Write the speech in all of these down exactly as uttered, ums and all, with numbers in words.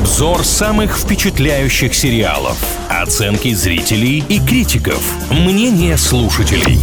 Обзор самых впечатляющих сериалов. Оценки зрителей и критиков. Мнение слушателей.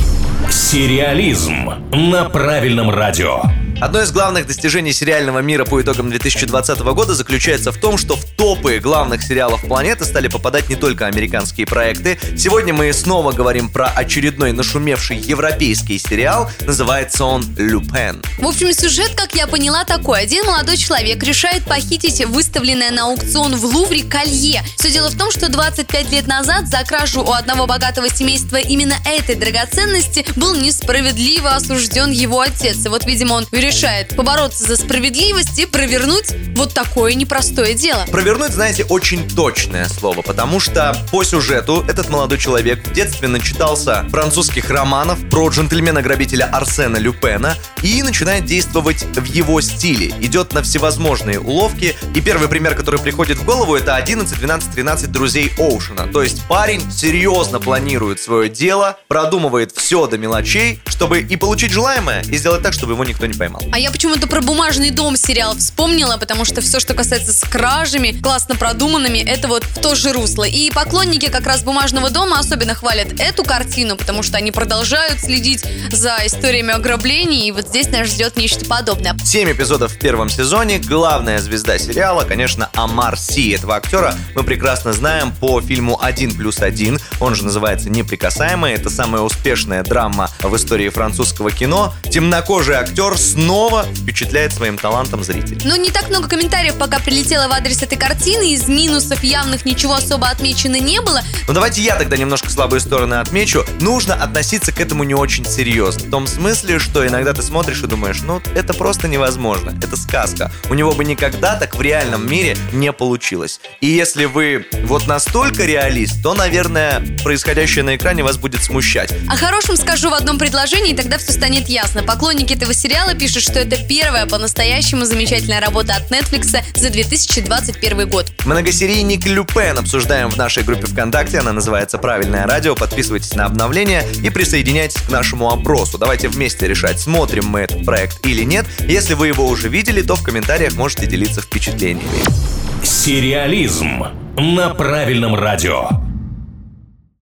Сериализм на правильном радио. Одно из главных достижений сериального мира по итогам две тысячи двадцатого года заключается в том, что в топы главных сериалов планеты стали попадать не только американские проекты. Сегодня мы снова говорим про очередной нашумевший европейский сериал. Называется он «Люпен». В общем, сюжет, как я поняла, такой. Один молодой человек решает похитить выставленное на аукцион в Лувре колье. Все дело в том, что двадцать пять лет назад за кражу у одного богатого семейства именно этой драгоценности был несправедливо осужден его отец. И вот, видимо, он решает побороться за справедливость и провернуть вот такое непростое дело. Провернуть, знаете, очень точное слово, потому что по сюжету этот молодой человек в детстве начитался французских романов про джентльмена-грабителя Арсена Люпена и начинает действовать в его стиле. Идет на всевозможные уловки, и первый пример, который приходит в голову, это одиннадцать, двенадцать, тринадцать друзей Оушена. То есть парень серьезно планирует свое дело, продумывает все до мелочей, чтобы и получить желаемое, и сделать так, чтобы его никто не поймал. А я почему-то про «Бумажный дом» сериал вспомнила, потому что все, что касается с кражами, классно продуманными, это вот в то же русло. И поклонники как раз «Бумажного дома» особенно хвалят эту картину, потому что они продолжают следить за историями ограблений, и вот здесь нас ждет нечто подобное. Семь эпизодов в первом сезоне. Главная звезда сериала, конечно, Омар Си. Этого актера мы прекрасно знаем по фильму «Один плюс один». Он же называется «Неприкасаемые». Это самая успешная драма в истории французского кино. Темнокожий актер снова Снова впечатляет своим талантом зрителей. Ну, не так много комментариев пока прилетело в адрес этой картины. Из минусов явных ничего особо отмечено не было. Ну, давайте я тогда немножко слабые стороны отмечу. Нужно относиться к этому не очень серьезно. В том смысле, что иногда ты смотришь и думаешь, ну, это просто невозможно. Это сказка. У него бы никогда так в реальном мире не получилось. И если вы вот настолько реалист, то, наверное, происходящее на экране вас будет смущать. О хорошем скажу в одном предложении, и тогда все станет ясно. Поклонники этого сериала пишут, что это первая по-настоящему замечательная работа от Netflix за две тысячи двадцать первый год. Многосерийник «Люпен» обсуждаем в нашей группе ВКонтакте. Она называется «Правильное радио». Подписывайтесь на обновления и присоединяйтесь к нашему опросу. Давайте вместе решать, смотрим мы этот проект или нет. Если вы его уже видели, то в комментариях можете делиться впечатлениями. Сериализм на правильном радио.